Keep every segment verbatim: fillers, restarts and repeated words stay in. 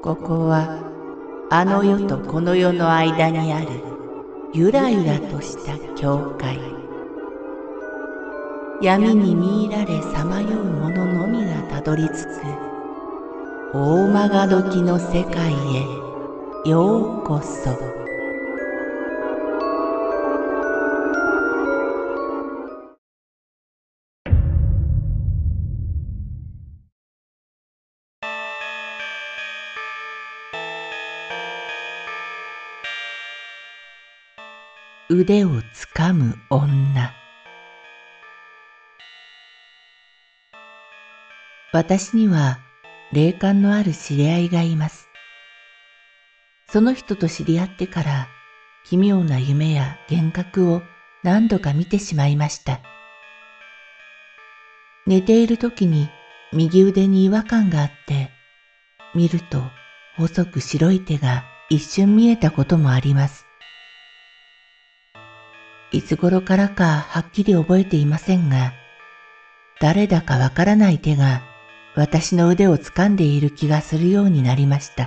ここはあの世とこの世の間にあるゆらゆらとした境界。闇に見入られさまよう者のみがたどり着く大曲どきの世界へようこそ。腕をつかむ女。私には霊感のある知り合いがいます。その人と知り合ってから奇妙な夢や幻覚を何度か見てしまいました。寝ている時に右腕に違和感があって、見ると細く白い手が一瞬見えたこともあります。いつ頃からかはっきり覚えていませんが、誰だかわからない手が私の腕を掴んでいる気がするようになりました。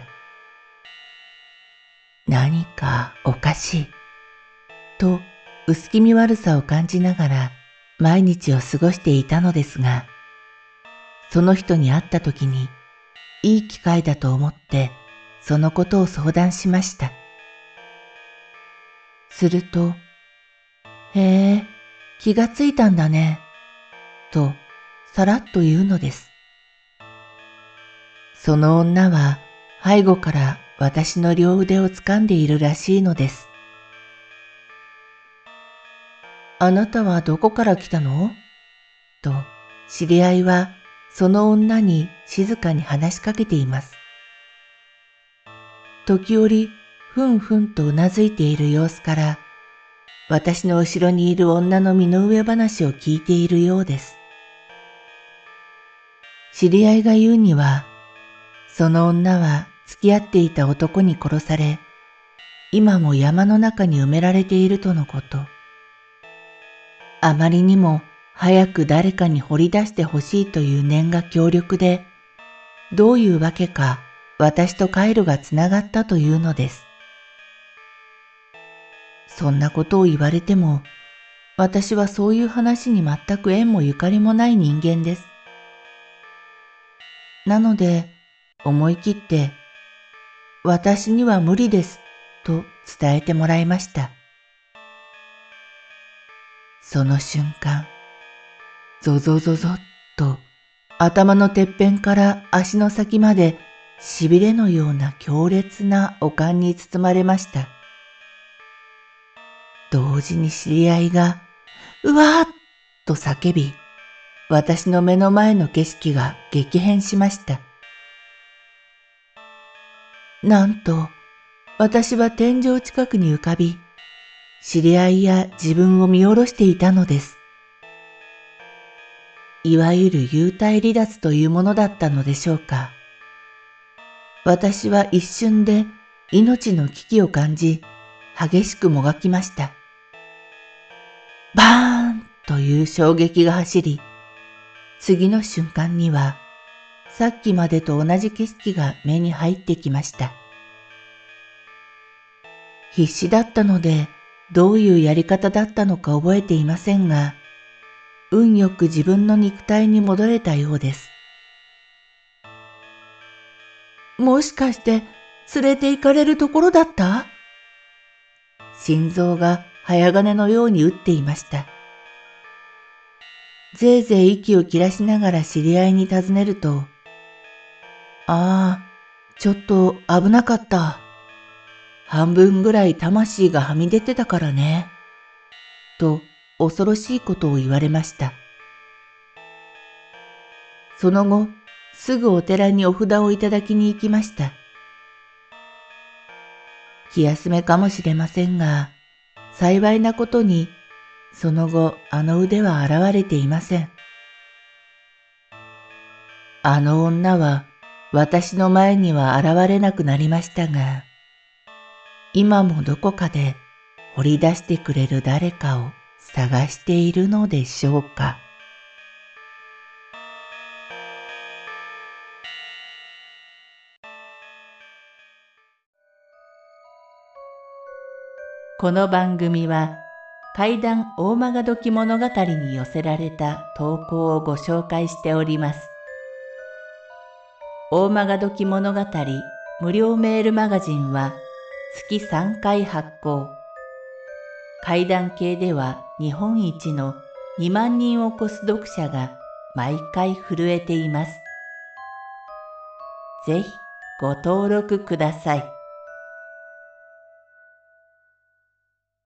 何かおかしい、と薄気味悪さを感じながら毎日を過ごしていたのですが、その人に会った時にいい機会だと思ってそのことを相談しました。すると、へえ、気がついたんだね、とさらっと言うのです。その女は背後から私の両腕を掴んでいるらしいのです。あなたはどこから来たの？と知り合いはその女に静かに話しかけています。時折ふんふんとうなずいている様子から、私の後ろにいる女の身の上話を聞いているようです。知り合いが言うには、その女は付き合っていた男に殺され、今も山の中に埋められているとのこと。あまりにも早く誰かに掘り出してほしいという念が強力で、どういうわけか私と回路がつながったというのです。そんなことを言われても、私はそういう話に全く縁もゆかりもない人間です。なので、思い切って、私には無理です、と伝えてもらいました。その瞬間、ゾゾゾゾっと頭のてっぺんから足の先まで痺れのような強烈な悪感に包まれました。同時に知り合いが、うわーっと叫び、私の目の前の景色が激変しました。なんと、私は天井近くに浮かび、知り合いや自分を見下ろしていたのです。いわゆる幽体離脱というものだったのでしょうか。私は一瞬で命の危機を感じ、激しくもがきました。バーンという衝撃が走り、次の瞬間には、さっきまでと同じ景色が目に入ってきました。必死だったので、どういうやり方だったのか覚えていませんが、運よく自分の肉体に戻れたようです。もしかして連れて行かれるところだった？心臓が早金のように打っていました。ぜいぜい息を切らしながら知り合いに尋ねると、ああ、ちょっと危なかった。半分ぐらい魂がはみ出てたからね。と恐ろしいことを言われました。その後、すぐお寺にお札をいただきに行きました。気休めかもしれませんが、幸いなことに、その後あの腕は現れていません。あの女は私の前には現れなくなりましたが、今もどこかで掘り出してくれる誰かを探しているのでしょうか。 この番組は怪談大曲どき物語に寄せられた投稿をご紹介しております。大曲どき物語無料メールマガジンは月さんかい発行。怪談系では日本一のにまんにんを超す読者が毎回震えています。ぜひご登録ください。